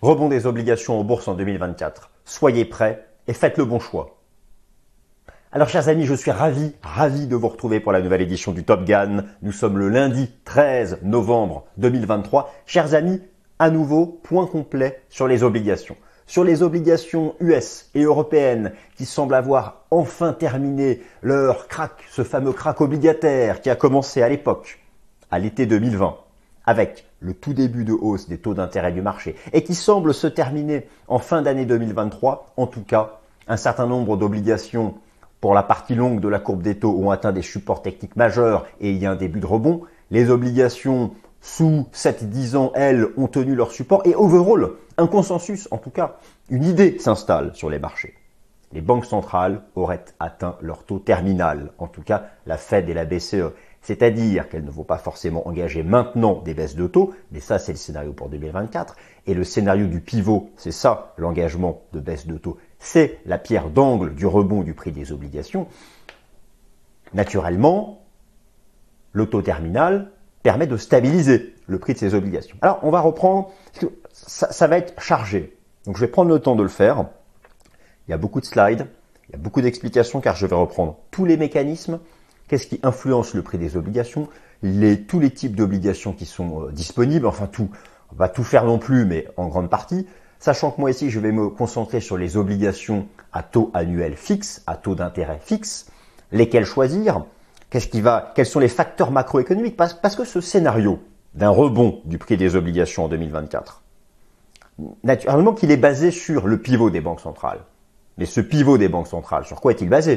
Rebond des obligations aux bourses en 2024. Soyez prêts et faites le bon choix. Alors chers amis, je suis ravi de vous retrouver pour la nouvelle édition du Top Gun. Nous sommes le lundi 13 novembre 2023. Chers amis, à nouveau, point complet sur les obligations. Sur les obligations US et européennes qui semblent avoir enfin terminé leur crack, ce fameux crack obligataire qui a commencé à l'époque, à l'été 2020, avec le tout début de hausse des taux d'intérêt du marché et qui semble se terminer en fin d'année 2023. En tout cas, un certain nombre d'obligations pour la partie longue de la courbe des taux ont atteint des supports techniques majeurs et il y a un début de rebond. Les obligations sous 7-10 ans, elles, ont tenu leur support et overall, un consensus, en tout cas, une idée s'installe sur les marchés. Les banques centrales auraient atteint leur taux terminal, en tout cas la Fed et la BCE. C'est-à-dire qu'elles ne vont pas forcément engager maintenant des baisses de taux, mais ça c'est le scénario pour 2024. Et le scénario du pivot, c'est ça l'engagement de baisse de taux. C'est la pierre d'angle du rebond du prix des obligations. Naturellement, le taux terminal permet de stabiliser le prix de ces obligations. Alors on va reprendre, ça va être chargé. Donc je vais prendre le temps de le faire. Il y a beaucoup de slides, il y a beaucoup d'explications car je vais reprendre tous les mécanismes. Qu'est-ce qui influence le prix des obligations, tous les types d'obligations qui sont disponibles, enfin tout, on va tout faire non plus, mais en grande partie. Sachant que moi ici, je vais me concentrer sur les obligations à taux annuel fixe, à taux d'intérêt fixe, lesquelles choisir, quels sont les facteurs macroéconomiques, parce que ce scénario d'un rebond du prix des obligations en 2024, naturellement qu'il est basé sur le pivot des banques centrales. Mais ce pivot des banques centrales, sur quoi est-il basé ?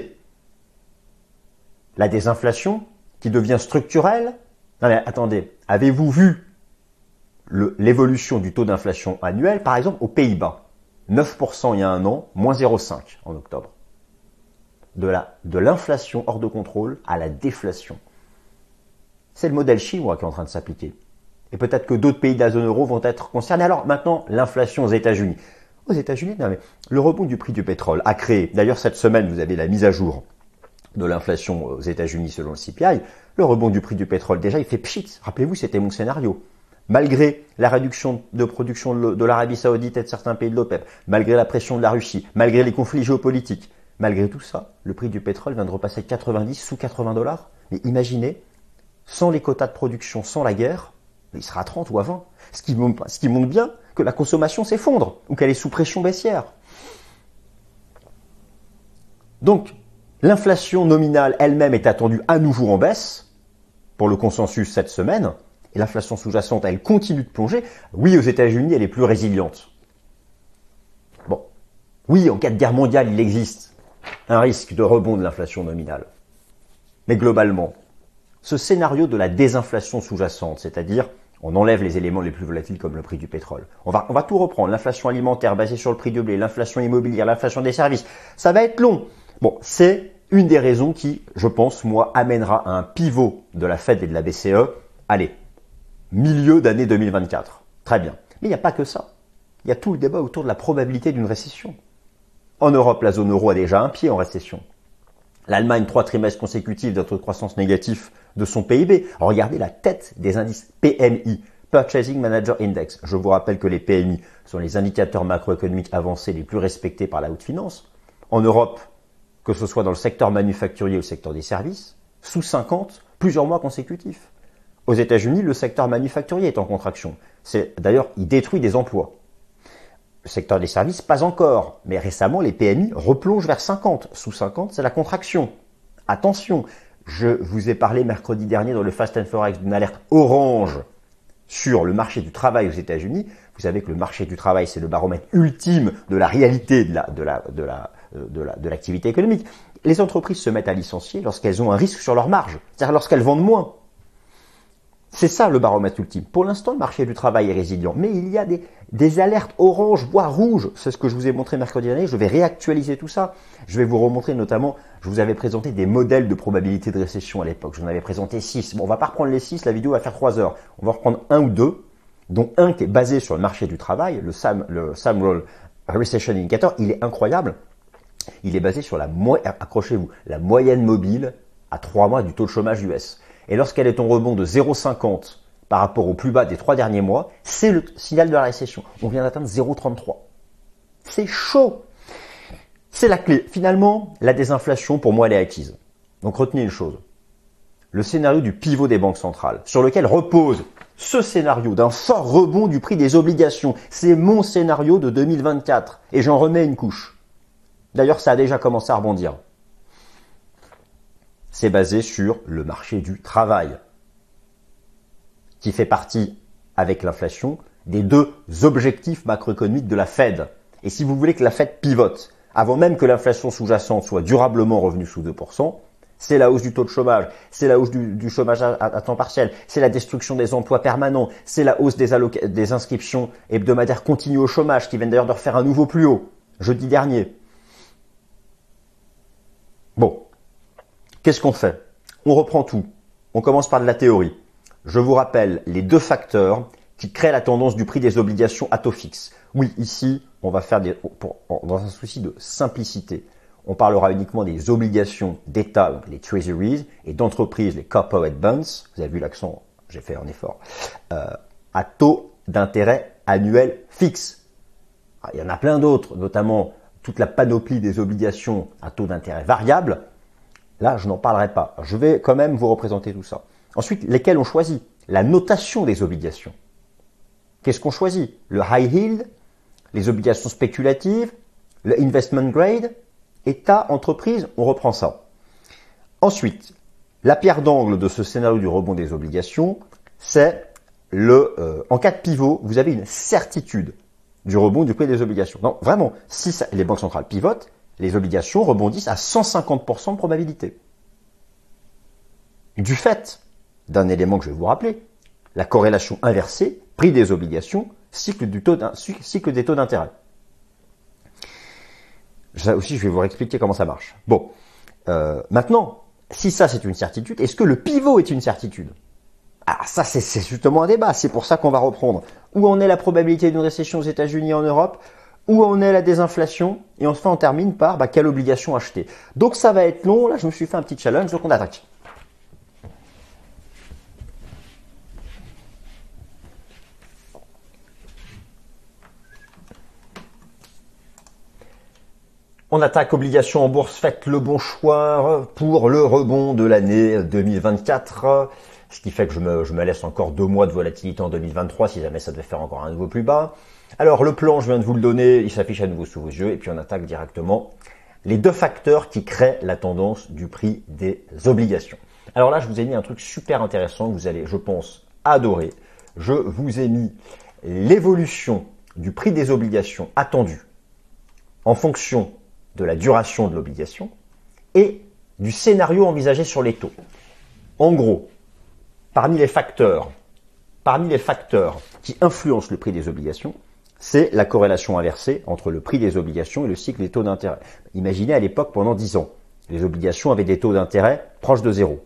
La désinflation qui devient structurelle ? Non mais attendez, avez-vous vu l'évolution du taux d'inflation annuel, par exemple aux Pays-Bas ? 9% il y a un an, moins 0,5 en octobre. De l'inflation hors de contrôle à la déflation. C'est le modèle chinois qui est en train de s'appliquer. Et peut-être que d'autres pays de la zone euro vont être concernés. Alors maintenant, l'inflation aux États-Unis. Aux États-Unis, non mais le rebond du prix du pétrole a créé, d'ailleurs cette semaine vous avez la mise à jour de l'inflation aux États-Unis selon le CPI, le rebond du prix du pétrole, déjà, il fait pchit. Rappelez-vous, c'était mon scénario. Malgré la réduction de production de l'Arabie Saoudite et de certains pays de l'OPEP, malgré la pression de la Russie, malgré les conflits géopolitiques, malgré tout ça, le prix du pétrole vient de repasser de 90 sous 80 $. Mais imaginez, sans les quotas de production, sans la guerre, il sera à 30 ou à 20. Ce qui montre bien que la consommation s'effondre ou qu'elle est sous pression baissière. Donc, l'inflation nominale elle-même est attendue à nouveau en baisse pour le consensus cette semaine. Et l'inflation sous-jacente, elle continue de plonger. Oui, aux États-Unis, elle est plus résiliente. Bon. Oui, en cas de guerre mondiale, il existe un risque de rebond de l'inflation nominale. Mais globalement, ce scénario de la désinflation sous-jacente, c'est-à-dire on enlève les éléments les plus volatiles comme le prix du pétrole. On va tout reprendre. L'inflation alimentaire basée sur le prix du blé, l'inflation immobilière, l'inflation des services. Ça va être long. Bon, c'est une des raisons qui, je pense, moi, amènera à un pivot de la Fed et de la BCE. Allez, milieu d'année 2024. Très bien. Mais il n'y a pas que ça. Il y a tout le débat autour de la probabilité d'une récession. En Europe, la zone euro a déjà un pied en récession. L'Allemagne, 3 trimestres consécutifs d'un taux de croissance négatif de son PIB. Regardez la tête des indices PMI, Purchasing Manager Index. Je vous rappelle que les PMI sont les indicateurs macroéconomiques avancés les plus respectés par la haute finance. En Europe, que ce soit dans le secteur manufacturier ou le secteur des services, sous 50, plusieurs mois consécutifs. Aux États-Unis, le secteur manufacturier est en contraction. D'ailleurs, il détruit des emplois. Le secteur des services, pas encore. Mais récemment, les PMI replongent vers 50. Sous 50, c'est la contraction. Attention, je vous ai parlé mercredi dernier dans le Fast and Forex d'une alerte orange sur le marché du travail aux États-Unis. Vous savez que le marché du travail, c'est le baromètre ultime de la réalité de l'activité économique. Les entreprises se mettent à licencier lorsqu'elles ont un risque sur leur marge, c'est-à-dire lorsqu'elles vendent moins. C'est ça le baromètre ultime. Pour l'instant, le marché du travail est résilient, mais il y a des alertes orange, voire rouges. C'est ce que je vous ai montré mercredi dernier. Je vais réactualiser tout ça. Je vais vous remontrer notamment, je vous avais présenté des modèles de probabilité de récession à l'époque. J'en avais présenté 6. Bon, on va pas reprendre les 6, la vidéo va faire 3 heures. On va reprendre un ou deux, dont un qui est basé sur le marché du travail, le Samuel Recession Indicator. Il est incroyable. Il est basé sur accrochez-vous, la moyenne mobile à 3 mois du taux de chômage US. Et lorsqu'elle est en rebond de 0,50 par rapport au plus bas des 3 derniers mois, c'est le signal de la récession. On vient d'atteindre 0,33. C'est chaud. C'est la clé. Finalement, la désinflation, pour moi, elle est acquise. Donc retenez une chose. Le scénario du pivot des banques centrales, sur lequel repose ce scénario d'un fort rebond du prix des obligations, c'est mon scénario de 2024. Et j'en remets une couche. D'ailleurs, ça a déjà commencé à rebondir. C'est basé sur le marché du travail, qui fait partie, avec l'inflation, des 2 objectifs macroéconomiques de la Fed. Et si vous voulez que la Fed pivote, avant même que l'inflation sous-jacente soit durablement revenue sous 2%, c'est la hausse du taux de chômage, c'est la hausse du chômage à temps partiel, c'est la destruction des emplois permanents, c'est la hausse des inscriptions hebdomadaires continues au chômage, qui viennent d'ailleurs de refaire un nouveau plus haut, jeudi dernier. Bon, qu'est-ce qu'on fait? On reprend tout. On commence par de la théorie. Je vous rappelle les 2 facteurs qui créent la tendance du prix des obligations à taux fixe. Oui, ici, on va faire dans un souci de simplicité. On parlera uniquement des obligations d'État, donc les treasuries, et d'entreprises, les corporate bonds. Vous avez vu l'accent, j'ai fait un effort. À taux d'intérêt annuel fixe. Il y en a plein d'autres, notamment toute la panoplie des obligations à taux d'intérêt variable. Là, je n'en parlerai pas. Je vais quand même vous représenter tout ça. Ensuite, lesquels on choisit? La notation des obligations. Qu'est-ce qu'on choisit? Le high yield, les obligations spéculatives, le investment grade, État, entreprise, on reprend ça. Ensuite, la pierre d'angle de ce scénario du rebond des obligations, c'est en cas de pivot, vous avez une certitude du rebond du prix des obligations. Non, vraiment, si les banques centrales pivotent, les obligations rebondissent à 150% de probabilité. Du fait d'un élément que je vais vous rappeler, la corrélation inversée, prix des obligations, cycle des taux d'intérêt. Ça aussi, je vais vous expliquer comment ça marche. Bon, maintenant, si ça c'est une certitude, est-ce que le pivot est une certitude? Ah, ça c'est justement un débat, c'est pour ça qu'on va reprendre. Où en est la probabilité d'une récession aux États-Unis et en Europe? Où en est la désinflation? Et enfin, on termine par quelle obligation acheter. Donc ça va être long, là je me suis fait un petit challenge, donc on attaque. On attaque obligation en bourse, faites le bon choix pour le rebond de l'année 2024. Ce qui fait que je me laisse encore 2 mois de volatilité en 2023 si jamais ça devait faire encore un nouveau plus bas. Alors le plan, je viens de vous le donner, il s'affiche à nouveau sous vos yeux et puis on attaque directement les 2 facteurs qui créent la tendance du prix des obligations. Alors là, je vous ai mis un truc super intéressant que vous allez, je pense, adorer. Je vous ai mis l'évolution du prix des obligations attendu en fonction de la duration de l'obligation et du scénario envisagé sur les taux. En gros, parmi les facteurs qui influencent le prix des obligations, c'est la corrélation inversée entre le prix des obligations et le cycle des taux d'intérêt. Imaginez à l'époque, pendant 10 ans, les obligations avaient des taux d'intérêt proches de 0.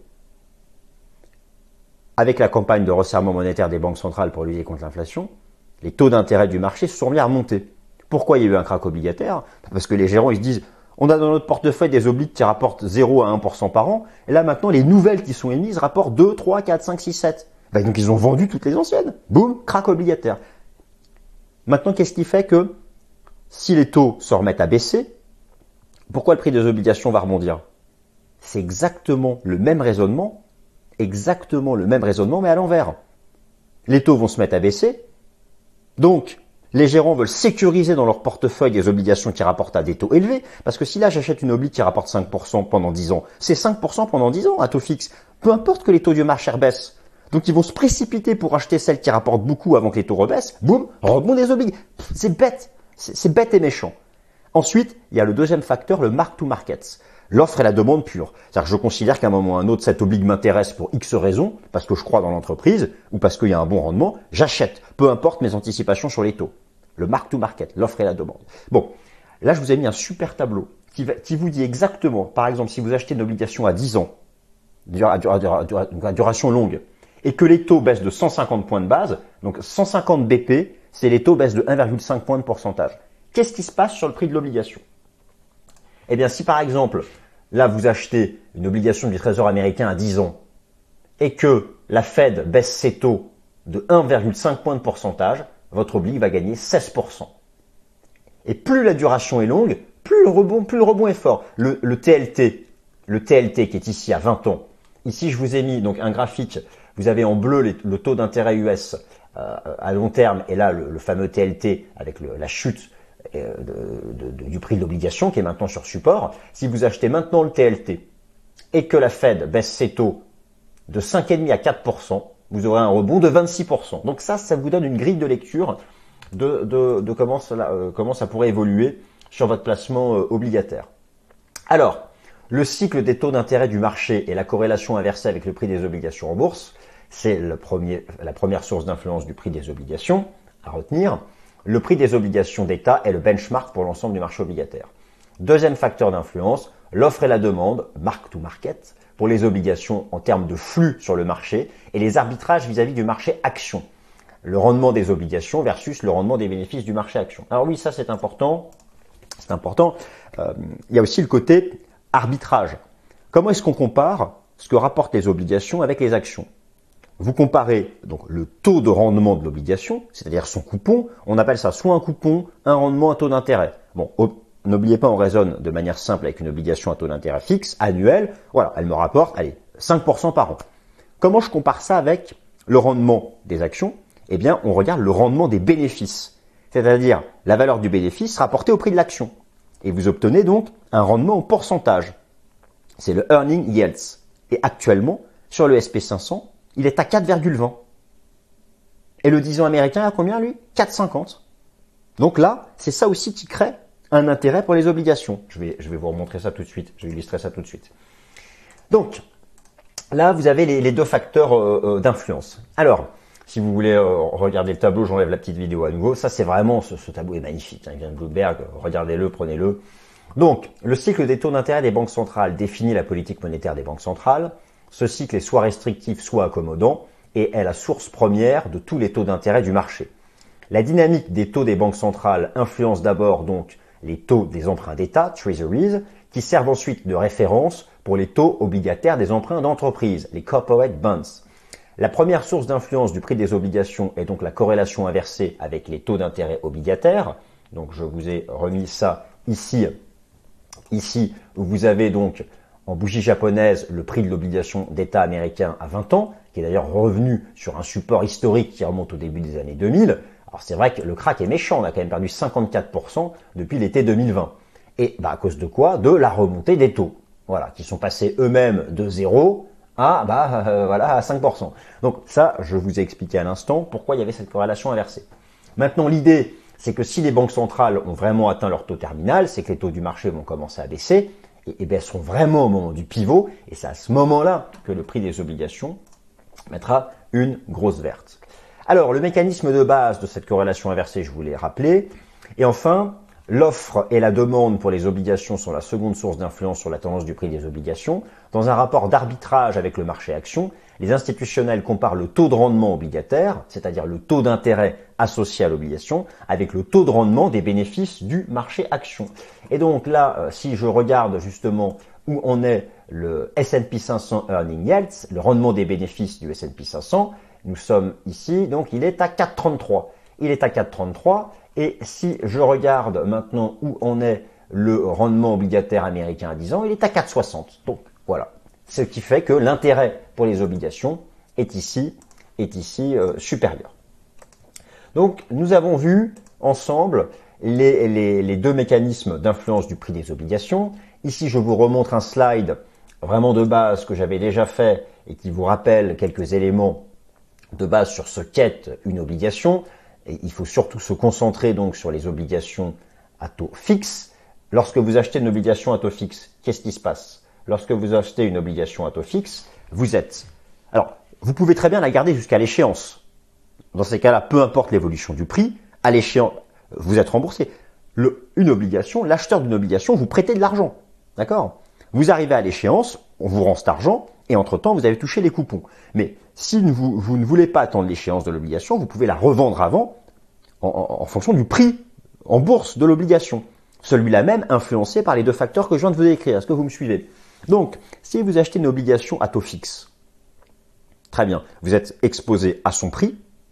Avec la campagne de resserrement monétaire des banques centrales pour lutter contre l'inflation, les taux d'intérêt du marché se sont mis à remonter. Pourquoi il y a eu un krach obligataire? Parce que les gérants ils se disent on a dans notre portefeuille des obliges qui rapportent 0 à 1% par an, et là maintenant les nouvelles qui sont émises rapportent 2, 3, 4, 5, 6, 7. Donc ils ont vendu toutes les anciennes. Boum, krach obligataire. Maintenant, qu'est-ce qui fait que si les taux se remettent à baisser, pourquoi le prix des obligations va rebondir? C'est exactement le même raisonnement, mais à l'envers. Les taux vont se mettre à baisser, donc les gérants veulent sécuriser dans leur portefeuille des obligations qui rapportent à des taux élevés, parce que si là j'achète une oblige qui rapporte 5% pendant 10 ans, c'est 5% pendant 10 ans à taux fixe, peu importe que les taux du marché rebaissent. Donc ils vont se précipiter pour acheter celles qui rapportent beaucoup avant que les taux rebaissent, boum, rebond des obliges. C'est bête, c'est bête et méchant. Ensuite, il y a le deuxième facteur, le mark to market. L'offre et la demande pure. C'est-à-dire que je considère qu'à un moment ou à un autre, cette oblige m'intéresse pour X raisons, parce que je crois dans l'entreprise, ou parce qu'il y a un bon rendement, j'achète, peu importe mes anticipations sur les taux. Le mark to market, l'offre et la demande. Bon, là je vous ai mis un super tableau qui vous dit exactement, par exemple, si vous achetez une obligation à 10 ans, à duration longue, et que les taux baissent de 150 points de base, donc 150 BP, c'est les taux baissent de 1,5 point de pourcentage. Qu'est-ce qui se passe sur le prix de l'obligation? Eh bien, si par exemple, là vous achetez une obligation du Trésor américain à 10 ans et que la Fed baisse ses taux de 1,5 point de pourcentage, votre oblig va gagner 16%. Et plus la duration est longue, plus le rebond est fort. Le TLT qui est ici à 20 ans, ici je vous ai mis donc un graphique, vous avez en bleu le taux d'intérêt US à long terme, et là le fameux TLT avec la chute du prix de l'obligation qui est maintenant sur support. Si vous achetez maintenant le TLT et que la Fed baisse ses taux de 5,5 à 4%, vous aurez un rebond de 26%. Donc ça vous donne une grille de lecture de comment ça pourrait évoluer sur votre placement obligataire. Alors, le cycle des taux d'intérêt du marché et la corrélation inversée avec le prix des obligations en bourse, c'est la première source d'influence du prix des obligations à retenir. Le prix des obligations d'État est le benchmark pour l'ensemble du marché obligataire. Deuxième facteur d'influence, l'offre et la demande, mark to market, pour les obligations en termes de flux sur le marché et les arbitrages vis-à-vis du marché action. Le rendement des obligations versus le rendement des bénéfices du marché action. Alors oui, ça c'est important. C'est important. Il y a aussi le côté arbitrage. Comment est-ce qu'on compare ce que rapportent les obligations avec les actions? Vous comparez donc le taux de rendement de l'obligation, c'est-à-dire son coupon. On appelle ça soit un coupon, un rendement, un taux d'intérêt. Bon, n'oubliez pas, on raisonne de manière simple avec une obligation à taux d'intérêt fixe, annuel. Voilà, elle me rapporte, 5% par an. Comment je compare ça avec le rendement des actions? Eh bien, on regarde le rendement des bénéfices, c'est-à-dire la valeur du bénéfice rapportée au prix de l'action. Et vous obtenez donc un rendement en pourcentage. C'est le earning yields. Et actuellement, sur le SP500, il est à 4,20. Et le 10 ans américain à combien, lui? 4,50. Donc là, c'est ça aussi qui crée un intérêt pour les obligations. Je vais vous remontrer ça tout de suite. Je vais illustrer ça tout de suite. Donc, là, vous avez les deux facteurs d'influence. Alors, si vous voulez regarder le tableau, j'enlève la petite vidéo à nouveau. Ça, c'est vraiment, ce tableau est magnifique. Il vient de Bloomberg. Regardez-le, prenez-le. Donc, le cycle des taux d'intérêt des banques centrales définit la politique monétaire des banques centrales. Ce cycle est soit restrictif, soit accommodant et est la source première de tous les taux d'intérêt du marché. La dynamique des taux des banques centrales influence d'abord donc les taux des emprunts d'État, treasuries, qui servent ensuite de référence pour les taux obligataires des emprunts d'entreprise, les corporate bonds. La première source d'influence du prix des obligations est donc la corrélation inversée avec les taux d'intérêt obligataires. Donc je vous ai remis ça ici. Ici, vous avez donc en bougie japonaise le prix de l'obligation d'État américain à 20 ans, qui est d'ailleurs revenu sur un support historique qui remonte au début des années 2000. Alors c'est vrai que le crack est méchant, on a quand même perdu 54% depuis l'été 2020. Et à cause de quoi? De la remontée des taux, voilà, qui sont passés eux-mêmes de 0 à 5%. Donc ça, je vous ai expliqué à l'instant pourquoi il y avait cette corrélation inversée. Maintenant, l'idée, c'est que si les banques centrales ont vraiment atteint leur taux terminal, c'est que les taux du marché vont commencer à baisser, et elles seront vraiment au moment du pivot, et c'est à ce moment-là que le prix des obligations mettra une grosse verte. Alors, le mécanisme de base de cette corrélation inversée, je vous l'ai rappelé. Et enfin, l'offre et la demande pour les obligations sont la seconde source d'influence sur la tendance du prix des obligations. Dans un rapport d'arbitrage avec le marché action, les institutionnels comparent le taux de rendement obligataire, c'est-à-dire le taux d'intérêt associé à l'obligation, avec le taux de rendement des bénéfices du marché action. Et donc là, si je regarde justement où en est le S&P 500 Earning Yields, le rendement des bénéfices du S&P 500, nous sommes ici, donc il est à 4,33. Il est à 4,33 et si je regarde maintenant où en est le rendement obligataire américain à 10 ans, il est à 4,60. Donc voilà, ce qui fait que l'intérêt pour les obligations est ici supérieur. Donc nous avons vu ensemble les deux mécanismes d'influence du prix des obligations. Ici, je vous remontre un slide vraiment de base que j'avais déjà fait et qui vous rappelle quelques éléments de base sur ce qu'est une obligation. Et il faut surtout se concentrer donc sur les obligations à taux fixe. Lorsque vous achetez une obligation à taux fixe, qu'est-ce qui se passe? Lorsque vous achetez une obligation à taux fixe, alors, vous pouvez très bien la garder jusqu'à l'échéance. Dans ces cas-là, peu importe l'évolution du prix, à l'échéance, vous êtes remboursé. Une obligation, l'acheteur d'une obligation, vous prêtez de l'argent. D'accord? Vous arrivez à l'échéance, on vous rend cet argent, et entre-temps, vous avez touché les coupons. Mais si vous ne voulez pas attendre l'échéance de l'obligation, vous pouvez la revendre avant en fonction du prix en bourse de l'obligation. Celui-là même influencé par les deux facteurs que je viens de vous décrire. Est-ce que vous me suivez? Donc, si vous achetez une obligation à taux fixe, très bien, vous êtes exposé à son prix,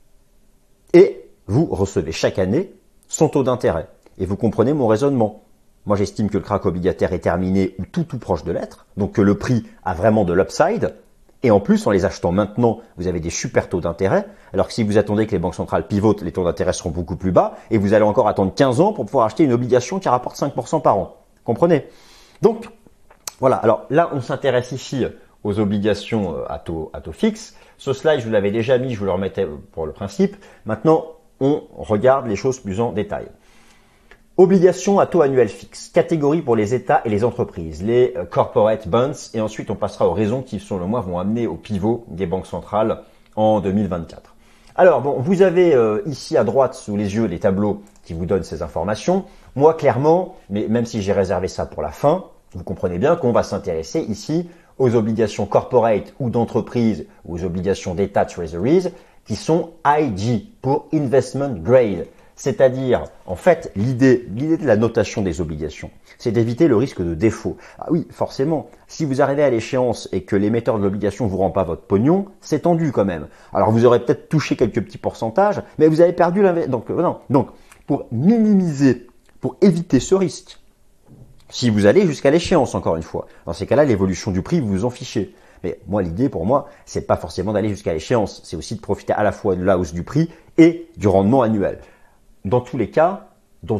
Et vous recevez chaque année son taux d'intérêt. Et vous comprenez mon raisonnement. Moi, j'estime que le krach obligataire est terminé ou tout proche de l'être, donc que le prix a vraiment de l'upside. Et en plus, en les achetant maintenant, vous avez des super taux d'intérêt, alors que si vous attendez que les banques centrales pivotent, les taux d'intérêt seront beaucoup plus bas, et vous allez encore attendre 15 ans pour pouvoir acheter une obligation qui rapporte 5% par an. Comprenez? Donc, voilà. Alors là, on s'intéresse ici aux obligations à taux fixe. Ce slide, je vous l'avais déjà mis, je vous le remettais pour le principe. Maintenant, on regarde les choses plus en détail. Obligations à taux annuel fixe, catégorie pour les États et les entreprises, les corporate bonds, et ensuite on passera aux raisons qui, selon moi, vont amener au pivot des banques centrales en 2024. Alors, bon, vous avez ici à droite sous les yeux les tableaux qui vous donnent ces informations. Moi, clairement, mais même si j'ai réservé ça pour la fin, vous comprenez bien qu'on va s'intéresser ici aux obligations corporate ou d'entreprise ou aux obligations d'État Treasuries qui sont IG pour investment grade. C'est-à-dire, en fait, l'idée de la notation des obligations, c'est d'éviter le risque de défaut. Ah oui, forcément, si vous arrivez à l'échéance et que l'émetteur de l'obligation vous rend pas votre pognon, c'est tendu quand même. Alors vous aurez peut-être touché quelques petits pourcentages, mais vous avez perdu l'investissement. Donc, non. Donc, pour minimiser, pour éviter ce risque, si vous allez jusqu'à l'échéance, encore une fois, dans ces cas-là, l'évolution du prix, vous vous en fichez. Mais moi, l'idée pour moi, c'est pas forcément d'aller jusqu'à l'échéance, c'est aussi de profiter à la fois de la hausse du prix et du rendement annuel. Dans tous les cas,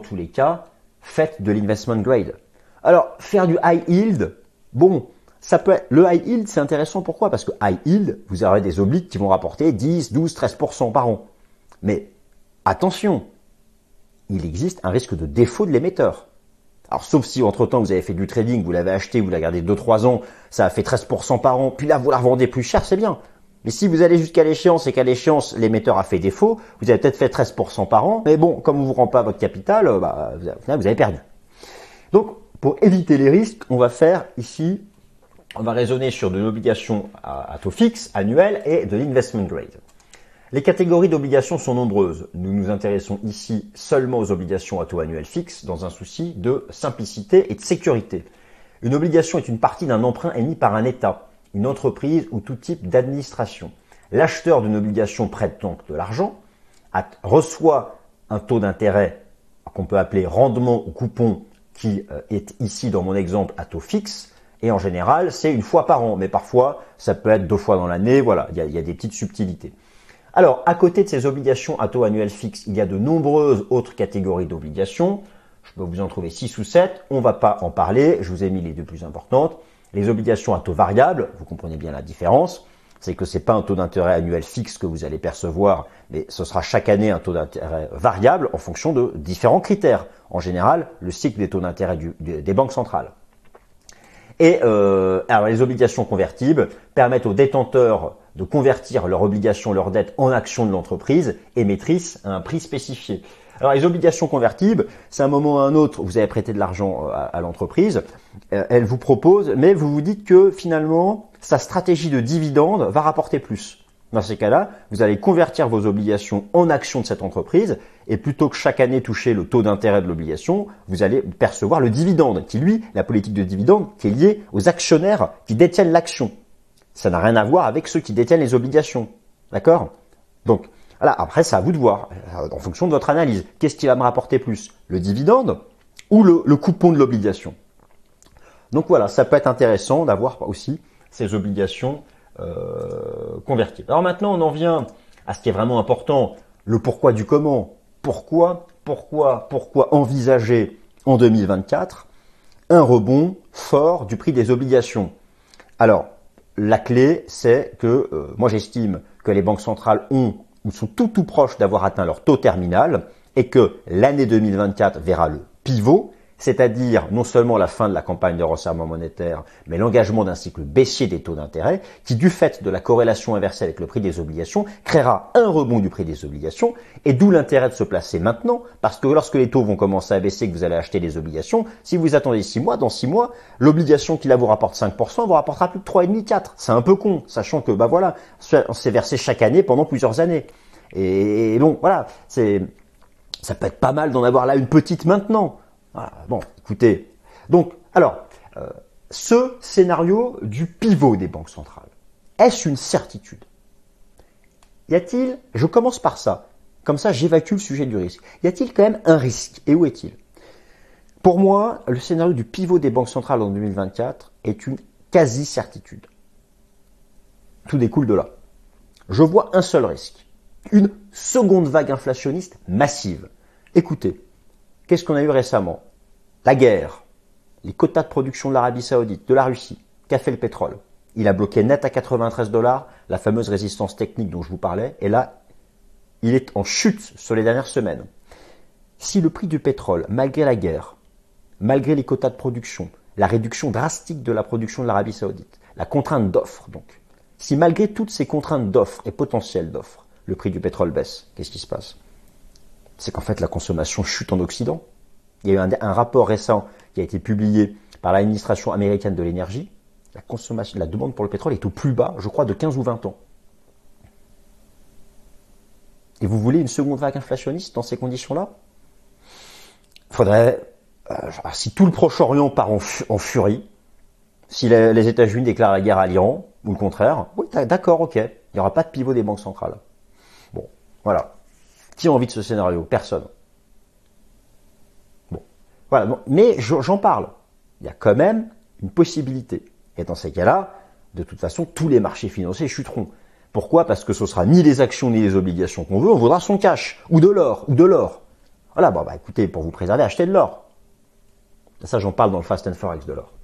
faites de l'investment grade. Alors, faire du high yield, bon, ça peut être, le high yield, c'est intéressant. Pourquoi? Parce que high yield, vous aurez des obliques qui vont rapporter 10, 12, 13% par an. Mais attention, il existe un risque de défaut de l'émetteur. Alors, sauf si entre-temps, vous avez fait du trading, vous l'avez acheté, vous l'avez gardé 2-3 ans, ça a fait 13% par an, puis là, vous la revendez plus cher, c'est bien. Mais si vous allez jusqu'à l'échéance et qu'à l'échéance, l'émetteur a fait défaut, vous avez peut-être fait 13% par an, mais bon, comme on ne vous rend pas votre capital, vous avez perdu. Donc, pour éviter les risques, on va faire ici, on va raisonner sur de l'obligation à taux fixe, annuel, et de l'investment grade. Les catégories d'obligations sont nombreuses. Nous nous intéressons ici seulement aux obligations à taux annuel fixe dans un souci de simplicité et de sécurité. Une obligation est une partie d'un emprunt émis par un État, une entreprise ou tout type d'administration. L'acheteur d'une obligation prête donc de l'argent, reçoit un taux d'intérêt qu'on peut appeler rendement ou coupon qui est ici dans mon exemple à taux fixe et en général c'est une fois par an mais parfois ça peut être 2 fois dans l'année, voilà, il y a des petites subtilités. Alors à côté de ces obligations à taux annuel fixe, il y a de nombreuses autres catégories d'obligations. Je peux vous en trouver 6 ou 7, on ne va pas en parler, je vous ai mis les deux plus importantes. Les obligations à taux variable, vous comprenez bien la différence, c'est que ce n'est pas un taux d'intérêt annuel fixe que vous allez percevoir, mais ce sera chaque année un taux d'intérêt variable en fonction de différents critères. En général, le cycle des taux d'intérêt des banques centrales. Et alors les obligations convertibles permettent aux détenteurs de convertir leurs obligations, leurs dettes en actions de l'entreprise émettrice à un prix spécifié. Alors les obligations convertibles, c'est un moment ou un autre, vous avez prêté de l'argent à l'entreprise, elle vous propose, mais vous vous dites que finalement, sa stratégie de dividende va rapporter plus. Dans ces cas-là, vous allez convertir vos obligations en actions de cette entreprise et plutôt que chaque année toucher le taux d'intérêt de l'obligation, vous allez percevoir le dividende qui, lui, la politique de dividende qui est liée aux actionnaires qui détiennent l'action. Ça n'a rien à voir avec ceux qui détiennent les obligations. D'accord? Donc, voilà, après, c'est à vous de voir, en fonction de votre analyse. Qu'est-ce qui va me rapporter plus? Le dividende ou le coupon de l'obligation? Donc voilà, ça peut être intéressant d'avoir aussi ces obligations convertibles. Alors maintenant, on en vient à ce qui est vraiment important, le pourquoi du comment. Pourquoi envisager en 2024 un rebond fort du prix des obligations? Alors, la clé, c'est que moi j'estime que les banques centrales ont ou sont tout proches d'avoir atteint leur taux terminal et que l'année 2024 verra le pivot, c'est-à-dire non seulement la fin de la campagne de resserrement monétaire, mais l'engagement d'un cycle baissier des taux d'intérêt qui, du fait de la corrélation inversée avec le prix des obligations, créera un rebond du prix des obligations et d'où l'intérêt de se placer maintenant parce que lorsque les taux vont commencer à baisser et que vous allez acheter des obligations, si vous attendez 6 mois, dans 6 mois, l'obligation qui là vous rapporte 5% vous rapportera plus de 3,5, 4. C'est un peu con, sachant que voilà, on s'est versé chaque année pendant plusieurs années. Et bon, voilà, ça peut être pas mal d'en avoir là une petite maintenant. Voilà, bon, écoutez. Donc, alors, ce scénario du pivot des banques centrales, est-ce une certitude? Y a-t-il, je commence par ça, Comme ça, j'évacue le sujet du risque. Y a-t-il quand même un risque? Et où est-il? Pour moi, le scénario du pivot des banques centrales en 2024 est une quasi-certitude. Tout découle de là. Je vois un seul risque. Une seconde vague inflationniste massive. Écoutez, qu'est-ce qu'on a eu récemment? La guerre, les quotas de production de l'Arabie Saoudite, de la Russie, qu'a fait le pétrole? Il a bloqué net à 93 $, la fameuse résistance technique dont je vous parlais, et là, il est en chute sur les dernières semaines. Si le prix du pétrole, malgré la guerre, malgré les quotas de production, la réduction drastique de la production de l'Arabie Saoudite, la contrainte d'offres donc, si malgré toutes ces contraintes d'offres et potentielles d'offres, le prix du pétrole baisse, qu'est-ce qui se passe? C'est qu'en fait la consommation chute en Occident. Il y a eu un rapport récent qui a été publié par l'administration américaine de l'énergie. La consommation, la demande pour le pétrole est au plus bas, je crois, de 15 ou 20 ans. Et vous voulez une seconde vague inflationniste dans ces conditions-là? Il faudrait, si tout le Proche-Orient part en furie, si les États-Unis déclarent la guerre à l'Iran, ou le contraire, oui, d'accord, ok, il n'y aura pas de pivot des banques centrales. Bon, voilà. Qui a envie de ce scénario? Personne. Bon, voilà. Bon, mais j'en parle. Il y a quand même une possibilité. Et dans ces cas-là, de toute façon, tous les marchés financiers chuteront. Pourquoi? Parce que ce sera ni les actions ni les obligations qu'on veut, on voudra son cash, ou de l'or, Voilà, bon, écoutez, pour vous préserver, achetez de l'or. Ça, j'en parle dans le Fast and Forex de l'or.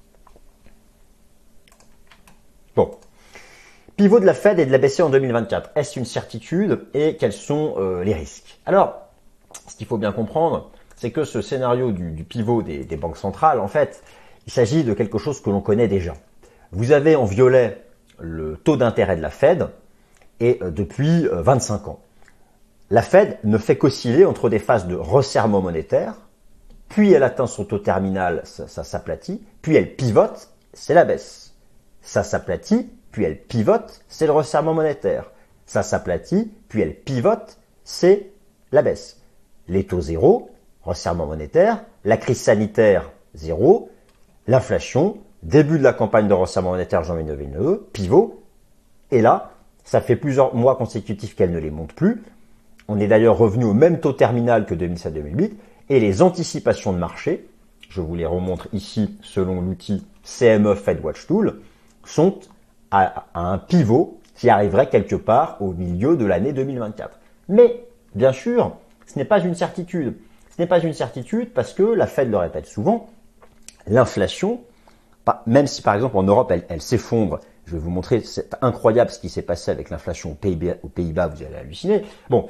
Bon. Pivot de la Fed et de la BCE en 2024. Est-ce une certitude et quels sont les risques? Alors, ce qu'il faut bien comprendre, c'est que ce scénario du pivot des banques centrales, en fait, il s'agit de quelque chose que l'on connaît déjà. Vous avez en violet le taux d'intérêt de la Fed et depuis 25 ans. La Fed ne fait qu'osciller entre des phases de resserrement monétaire, puis elle atteint son taux terminal, ça s'aplatit, puis elle pivote, c'est la baisse. Ça s'aplatit, puis elle pivote, c'est le resserrement monétaire. Ça s'aplatit, puis elle pivote, c'est la baisse. Les taux zéro, resserrement monétaire, la crise sanitaire zéro, l'inflation, début de la campagne de resserrement monétaire janvier 2022, pivot, et là, ça fait plusieurs mois consécutifs qu'elle ne les monte plus. On est d'ailleurs revenu au même taux terminal que 2007-2008, et les anticipations de marché, je vous les remontre ici selon l'outil CME Fed Watch Tool, sont à un pivot qui arriverait quelque part au milieu de l'année 2024. Mais, bien sûr, ce n'est pas une certitude. Ce n'est pas une certitude parce que la Fed le répète souvent, l'inflation, même si par exemple en Europe elle s'effondre, je vais vous montrer, c'est incroyable ce qui s'est passé avec l'inflation aux Pays-Bas, vous allez halluciner. Bon,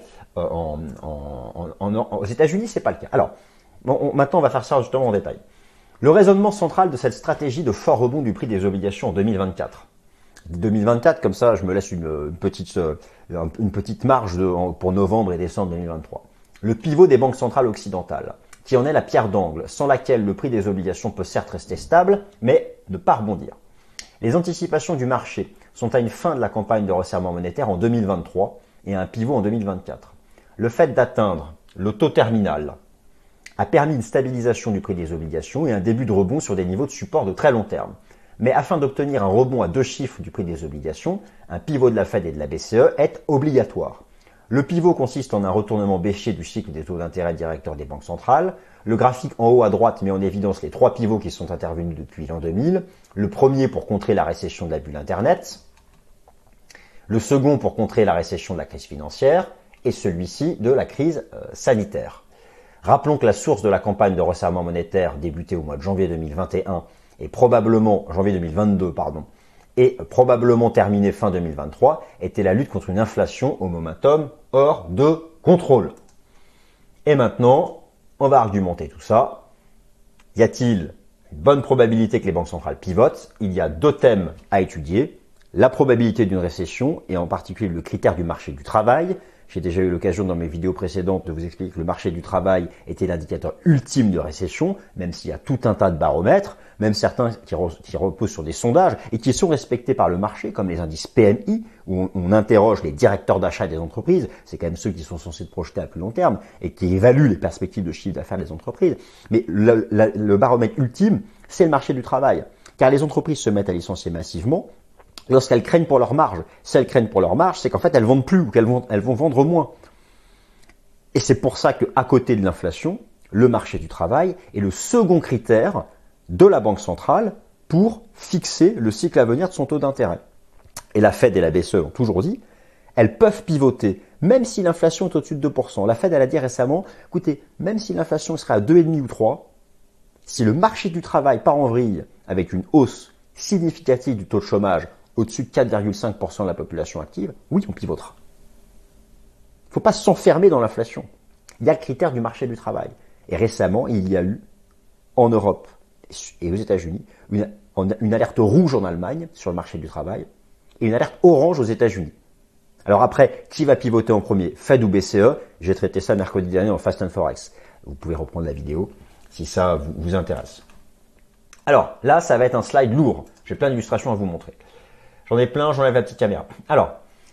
aux États-Unis, c'est pas le cas. Alors, maintenant on va faire ça justement en détail. Le raisonnement central de cette stratégie de fort rebond du prix des obligations en 2024. 2024, comme ça, je me laisse une petite marge pour novembre et décembre 2023. Le pivot des banques centrales occidentales, qui en est la pierre d'angle, sans laquelle le prix des obligations peut certes rester stable, mais ne pas rebondir. Les anticipations du marché sont à une fin de la campagne de resserrement monétaire en 2023 et à un pivot en 2024. Le fait d'atteindre le taux terminal a permis une stabilisation du prix des obligations et un début de rebond sur des niveaux de support de très long terme. Mais afin d'obtenir un rebond à 2 chiffres du prix des obligations, un pivot de la Fed et de la BCE est obligatoire. Le pivot consiste en un retournement baissier du cycle des taux d'intérêt directeurs des banques centrales. Le graphique en haut à droite met en évidence les 3 pivots qui sont intervenus depuis l'an 2000. Le premier pour contrer la récession de la bulle Internet, le second pour contrer la récession de la crise financière et celui-ci de la crise sanitaire. Rappelons que la source de la campagne de resserrement monétaire débutée au mois de janvier 2021 et probablement janvier 2022 et probablement terminée fin 2023 était la lutte contre une inflation au momentum hors de contrôle. Et maintenant, on va argumenter tout ça. Y a-t-il une bonne probabilité que les banques centrales pivotent? Il y a 2 thèmes à étudier. La probabilité d'une récession et en particulier le critère du marché du travail. J'ai déjà eu l'occasion dans mes vidéos précédentes de vous expliquer que le marché du travail était l'indicateur ultime de récession, même s'il y a tout un tas de baromètres, même certains qui reposent sur des sondages et qui sont respectés par le marché, comme les indices PMI, où on interroge les directeurs d'achat des entreprises, c'est quand même ceux qui sont censés se projeter à plus long terme et qui évaluent les perspectives de chiffre d'affaires des entreprises. Mais le baromètre ultime, c'est le marché du travail, car les entreprises se mettent à licencier massivement, lorsqu'elles craignent pour leur marge. Si elles craignent pour leur marge, c'est qu'en fait elles vendent plus ou qu'elles vont vendre moins. Et c'est pour ça qu'à côté de l'inflation, le marché du travail est le second critère de la Banque centrale pour fixer le cycle à venir de son taux d'intérêt. Et la Fed et la BCE ont toujours dit, elles peuvent pivoter, même si l'inflation est au-dessus de 2%. La Fed, elle a dit récemment, écoutez, même si l'inflation serait à 2,5 ou 3, si le marché du travail part en vrille avec une hausse significative du taux de chômage au-dessus de 4,5% de la population active, oui, on pivotera. Il ne faut pas s'enfermer dans l'inflation. Il y a le critère du marché du travail. Et récemment, il y a eu, en Europe et aux États-Unis, une alerte rouge en Allemagne sur le marché du travail et une alerte orange aux États-Unis. Alors après, qui va pivoter en premier, Fed ou BCE? J'ai traité ça mercredi dernier en Fast and Forex. Vous pouvez reprendre la vidéo si ça vous intéresse. Alors là, ça va être un slide lourd. J'ai plein d'illustrations à vous montrer. J'en ai plein, j'enlève la petite caméra. Alors,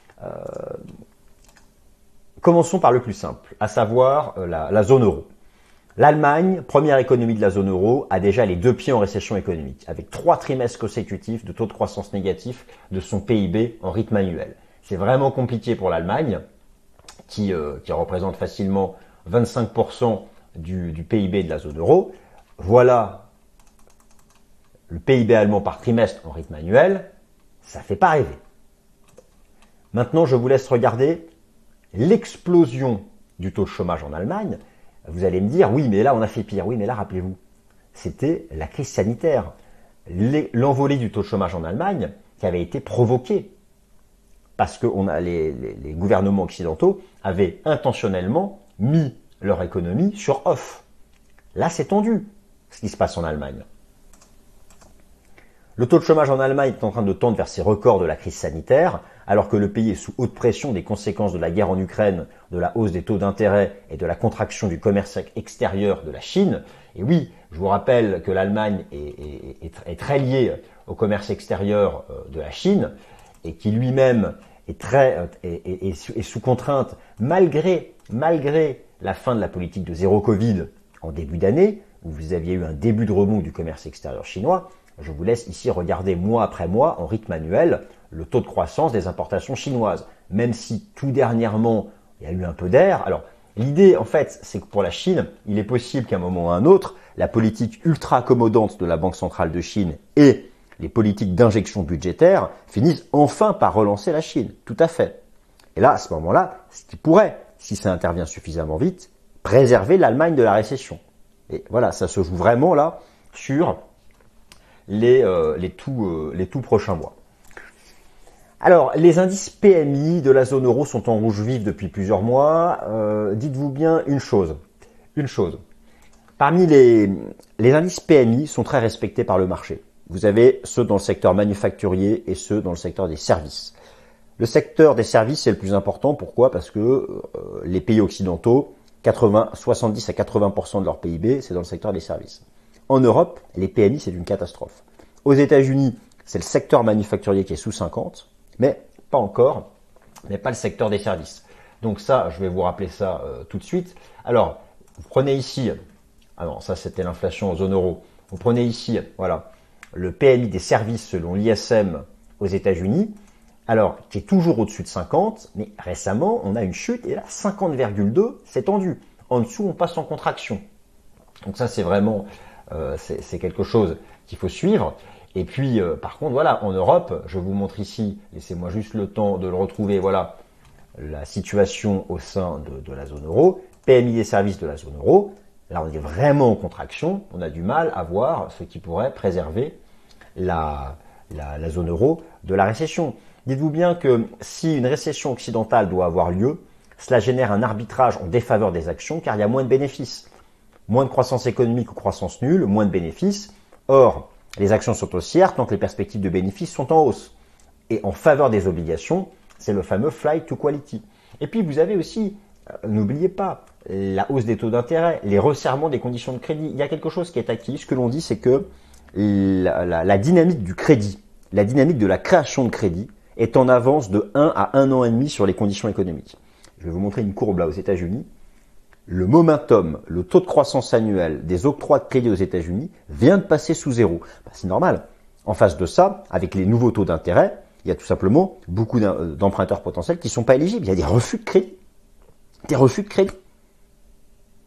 commençons par le plus simple, à savoir la zone euro. L'Allemagne, première économie de la zone euro, a déjà les 2 pieds en récession économique, avec 3 trimestres consécutifs de taux de croissance négatif de son PIB en rythme annuel. C'est vraiment compliqué pour l'Allemagne, qui représente facilement 25% du PIB de la zone euro. Voilà le PIB allemand par trimestre en rythme annuel, ça ne fait pas rêver. Maintenant, je vous laisse regarder l'explosion du taux de chômage en Allemagne. Vous allez me dire, oui, mais là, on a fait pire. Oui, mais là, rappelez-vous, c'était la crise sanitaire. L'envolée du taux de chômage en Allemagne qui avait été provoquée parce que les gouvernements occidentaux avaient intentionnellement mis leur économie sur off. Là, c'est tendu, ce qui se passe en Allemagne. Le taux de chômage en Allemagne est en train de tendre vers ses records de la crise sanitaire, alors que le pays est sous haute pression des conséquences de la guerre en Ukraine, de la hausse des taux d'intérêt et de la contraction du commerce extérieur de la Chine. Et oui, je vous rappelle que l'Allemagne est très liée au commerce extérieur de la Chine et qui lui-même est sous contrainte malgré la fin de la politique de zéro Covid en début d'année, où vous aviez eu un début de rebond du commerce extérieur chinois. Je vous laisse ici regarder mois après mois, en rythme annuel, le taux de croissance des importations chinoises. Même si tout dernièrement, il y a eu un peu d'air. Alors, l'idée, en fait, c'est que pour la Chine, il est possible qu'à un moment ou à un autre, la politique ultra accommodante de la Banque centrale de Chine et les politiques d'injection budgétaire finissent enfin par relancer la Chine. Tout à fait. Et là, à ce moment-là, ce qui pourrait, si ça intervient suffisamment vite, préserver l'Allemagne de la récession. Et voilà, ça se joue vraiment là sur les tout prochains mois. Alors, les indices PMI de la zone euro sont en rouge vif depuis plusieurs mois. Dites-vous bien une chose. Parmi les indices PMI sont très respectés par le marché. Vous avez ceux dans le secteur manufacturier et ceux dans le secteur des services. Le secteur des services est le plus important. Pourquoi? Parce que les pays occidentaux, 70 à 80% de leur PIB, c'est dans le secteur des services. En Europe, les PMI, c'est une catastrophe. Aux États-Unis, c'est le secteur manufacturier qui est sous 50, mais pas encore, mais pas le secteur des services. Donc ça, je vais vous rappeler ça tout de suite. Alors, vous prenez ici, ça c'était l'inflation en zone euro. Vous prenez ici, voilà, le PMI des services selon l'ISM aux États-Unis, alors qui est toujours au-dessus de 50, mais récemment, on a une chute et là, 50,2, c'est tendu. En dessous, on passe en contraction. Donc ça, c'est vraiment... c'est quelque chose qu'il faut suivre. Et puis, par contre, voilà, en Europe, je vous montre ici, laissez-moi juste le temps de le retrouver, voilà, la situation au sein de la zone euro, PMI des services de la zone euro. Là, on est vraiment en contraction, on a du mal à voir ce qui pourrait préserver la zone euro de la récession. Dites-vous bien que si une récession occidentale doit avoir lieu, cela génère un arbitrage en défaveur des actions car il y a moins de bénéfices. Moins de croissance économique ou croissance nulle, moins de bénéfices. Or, les actions sont haussières tant que les perspectives de bénéfices sont en hausse. Et en faveur des obligations, c'est le fameux flight to quality. Et puis, vous avez aussi, n'oubliez pas, la hausse des taux d'intérêt, les resserrements des conditions de crédit. Il y a quelque chose qui est acquis. Ce que l'on dit, c'est que la dynamique du crédit, la dynamique de la création de crédit est en avance de 1 à 1 an et demi sur les conditions économiques. Je vais vous montrer une courbe là aux États-Unis. Le momentum, le taux de croissance annuel des octrois de crédit aux États-Unis vient de passer sous zéro. C'est normal. En face de ça, avec les nouveaux taux d'intérêt, il y a tout simplement beaucoup d'emprunteurs potentiels qui ne sont pas éligibles. Il y a des refus de crédit. Des refus de crédit.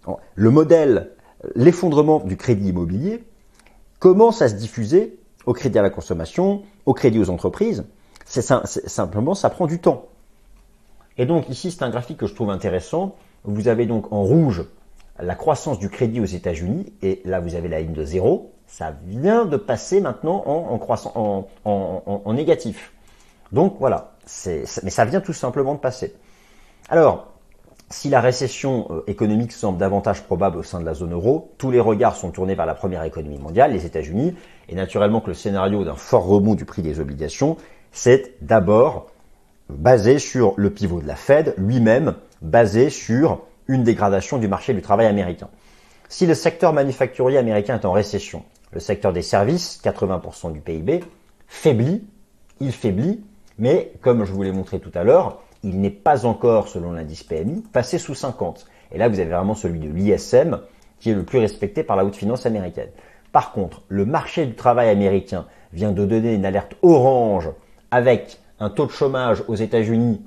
le modèle, l'effondrement du crédit immobilier commence à se diffuser au crédit à la consommation, au crédit aux entreprises. Simplement, ça prend du temps. Et donc ici, c'est un graphique que je trouve intéressant. Vous avez donc en rouge la croissance du crédit aux États-Unis, et là vous avez la ligne de 0. Ça vient de passer maintenant en négatif. Donc voilà, mais ça vient tout simplement de passer. Alors, si la récession économique semble davantage probable au sein de la zone euro, tous les regards sont tournés vers la première économie mondiale, les États-Unis, et naturellement que le scénario d'un fort rebond du prix des obligations, c'est d'abord basé sur le pivot de la Fed, lui-même basé sur une dégradation du marché du travail américain. Si le secteur manufacturier américain est en récession, le secteur des services, 80% du PIB, il faiblit, mais comme je vous l'ai montré tout à l'heure, il n'est pas encore, selon l'indice PMI, passé sous 50. Et là, vous avez vraiment celui de l'ISM, qui est le plus respecté par la haute finance américaine. Par contre, le marché du travail américain vient de donner une alerte orange avec un taux de chômage aux États-Unis,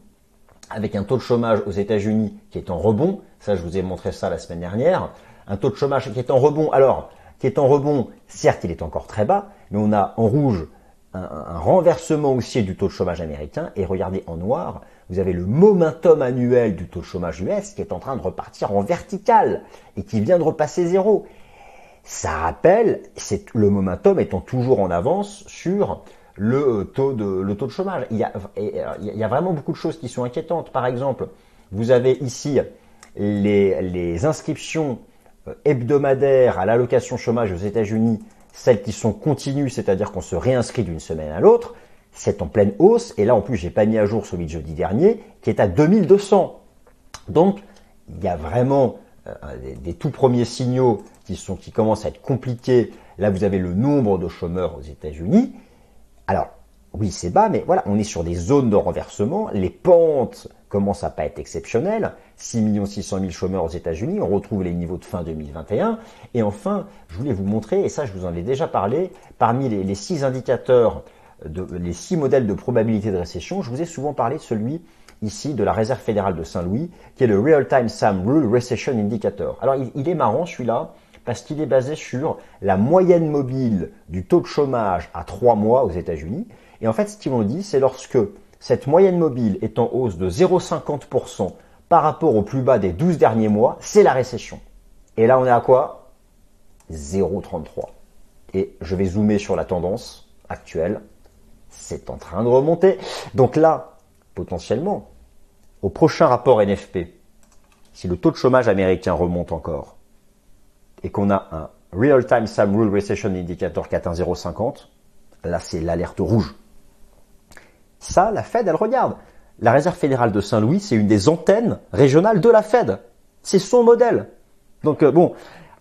qui est en rebond. Ça, je vous ai montré ça la semaine dernière. Un taux de chômage qui est en rebond. Alors, certes, il est encore très bas, mais on a en rouge un renversement haussier du taux de chômage américain. Et regardez en noir, vous avez le momentum annuel du taux de chômage US qui est en train de repartir en vertical et qui vient de repasser 0. Ça rappelle, le momentum étant toujours en avance sur le taux de chômage. Il y a vraiment beaucoup de choses qui sont inquiétantes. Par exemple, vous avez ici les inscriptions hebdomadaires à l'allocation chômage aux États-Unis, celles qui sont continues, c'est-à-dire qu'on se réinscrit d'une semaine à l'autre, c'est en pleine hausse. Et là, en plus, j'ai pas mis à jour celui de jeudi dernier, qui est à 2200. Donc, il y a vraiment des tout premiers signaux qui commencent à être compliqués. Là, vous avez le nombre de chômeurs aux États-Unis. Alors, oui, c'est bas, mais voilà, on est sur des zones de renversement. Les pentes commencent à pas être exceptionnelles. 6 600 000 chômeurs aux États-Unis. On retrouve les niveaux de fin 2021. Et enfin, je voulais vous montrer, et ça, je vous en ai déjà parlé, parmi les 6 indicateurs, les 6 modèles de probabilité de récession, je vous ai souvent parlé de celui ici de la Réserve fédérale de Saint-Louis, qui est le Real-Time Sam Rule Recession Indicator. Alors, il est marrant celui-là, parce qu'il est basé sur la moyenne mobile du taux de chômage à 3 mois aux États-Unis. Et en fait, ce qu'ils m'ont dit, c'est lorsque cette moyenne mobile est en hausse de 0,50% par rapport au plus bas des 12 derniers mois, c'est la récession. Et là, on est à quoi? 0,33. Et je vais zoomer sur la tendance actuelle. C'est en train de remonter. Donc là, potentiellement, au prochain rapport NFP, si le taux de chômage américain remonte encore, et qu'on a un Real-Time Sam Rule Recession Indicator qui atteint 0,50, là c'est l'alerte rouge. Ça, la Fed, elle regarde. La Réserve fédérale de Saint-Louis, c'est une des antennes régionales de la Fed. C'est son modèle. Donc bon,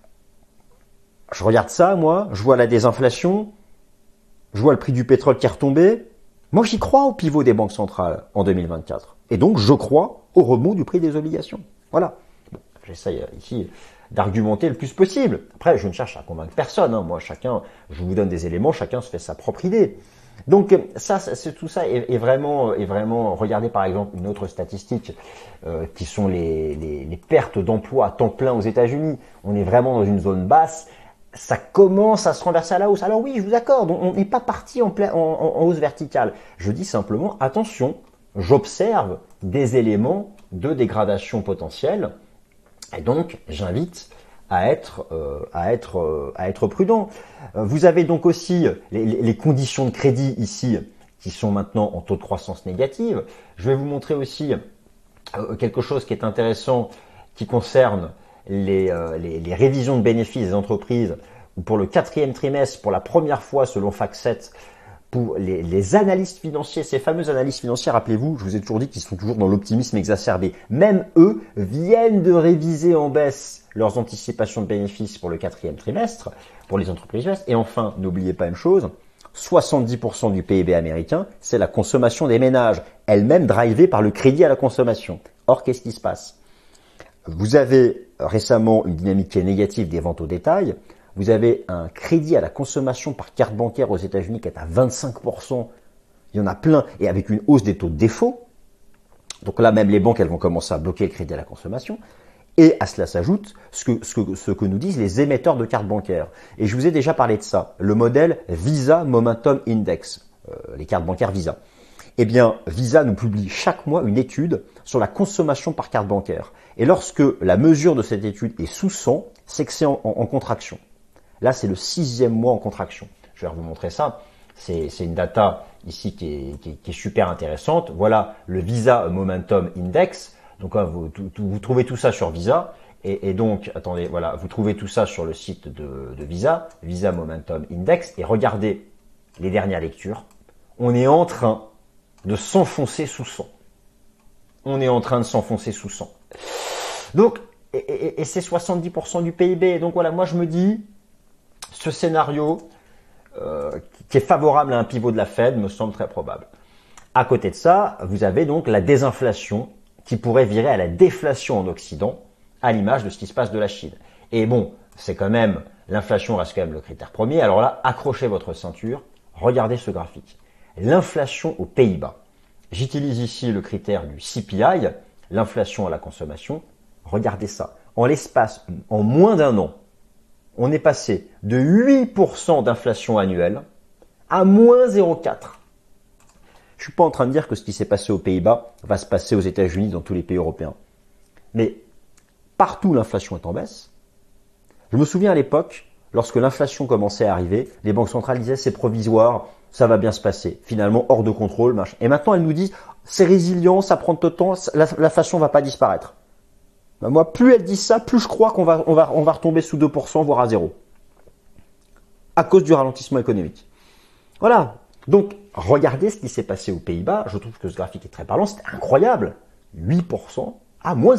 je regarde ça, moi, je vois la désinflation, je vois le prix du pétrole qui est retombé. Moi, j'y crois au pivot des banques centrales en 2024. Et donc, je crois au rebond du prix des obligations. Voilà. Bon, j'essaye ici d'argumenter le plus possible. Après, je ne cherche à convaincre personne. Moi, je vous donne des éléments, chacun se fait sa propre idée. Donc, tout ça est vraiment, regardez par exemple une autre statistique qui sont les pertes d'emploi à temps plein aux États-Unis. On est vraiment dans une zone basse. Ça commence à se renverser à la hausse. Alors oui, je vous accorde, on n'est pas parti en hausse verticale. Je dis simplement, attention, j'observe des éléments de dégradation potentielle. Et donc, j'invite à être prudent. Vous avez donc aussi les conditions de crédit ici qui sont maintenant en taux de croissance négative. Je vais vous montrer aussi quelque chose qui est intéressant qui concerne les révisions de bénéfices des entreprises où pour le 4e trimestre, pour la première fois selon FactSet, pour les analystes financiers, ces fameux analystes financiers, rappelez-vous, je vous ai toujours dit qu'ils sont toujours dans l'optimisme exacerbé. Même eux viennent de réviser en baisse leurs anticipations de bénéfices pour le 4e trimestre, pour les entreprises US. Et enfin, n'oubliez pas une chose, 70% du PIB américain, c'est la consommation des ménages, elle-même drivée par le crédit à la consommation. Or, qu'est-ce qui se passe? Vous avez récemment une dynamique qui est négative des ventes au détail. Vous avez un crédit à la consommation par carte bancaire aux États-Unis qui est à 25%. Il y en a plein. Et avec une hausse des taux de défaut. Donc là, même les banques, elles vont commencer à bloquer le crédit à la consommation. Et à cela s'ajoute ce que nous disent les émetteurs de cartes bancaires. Et je vous ai déjà parlé de ça, le modèle Visa Momentum Index, les cartes bancaires Visa. Eh bien, Visa nous publie chaque mois une étude sur la consommation par carte bancaire. Et lorsque la mesure de cette étude est sous 100, c'est que c'est en contraction. Là, c'est le 6e mois en contraction. Je vais vous montrer ça. C'est une data ici qui est super intéressante. Voilà le Visa Momentum Index. Donc vous trouvez tout ça sur Visa. Et donc, attendez, voilà, vous trouvez tout ça sur le site de Visa, Visa Momentum Index. Et regardez les dernières lectures. On est en train de s'enfoncer sous 100. On est en train de s'enfoncer sous 100. Donc, et c'est 70% du PIB. Donc voilà, moi je me dis, ce scénario qui est favorable à un pivot de la Fed me semble très probable. À côté de ça, vous avez donc la désinflation qui pourrait virer à la déflation en Occident, à l'image de ce qui se passe de la Chine. Et bon, c'est quand même, l'inflation reste quand même le critère premier. Alors là, accrochez votre ceinture, regardez ce graphique. L'inflation aux Pays-Bas. J'utilise ici le critère du CPI, l'inflation à la consommation. Regardez ça. En moins d'un an, on est passé de 8% d'inflation annuelle à moins 0,4%. Je suis pas en train de dire que ce qui s'est passé aux Pays-Bas va se passer aux États-Unis, dans tous les pays européens. Mais partout, l'inflation est en baisse. Je me souviens à l'époque, lorsque l'inflation commençait à arriver, les banques centrales disaient c'est provisoire, ça va bien se passer. Finalement, hors de contrôle, machin. Et maintenant, elles nous disent c'est résilient, ça prend de temps, l'inflation va pas disparaître. Ben moi, plus elles disent ça, plus je crois qu'on va retomber sous 2%, voire à 0. À cause du ralentissement économique. Voilà. Donc, regardez ce qui s'est passé aux Pays-Bas. Je trouve que ce graphique est très parlant. C'était incroyable. 8% à moins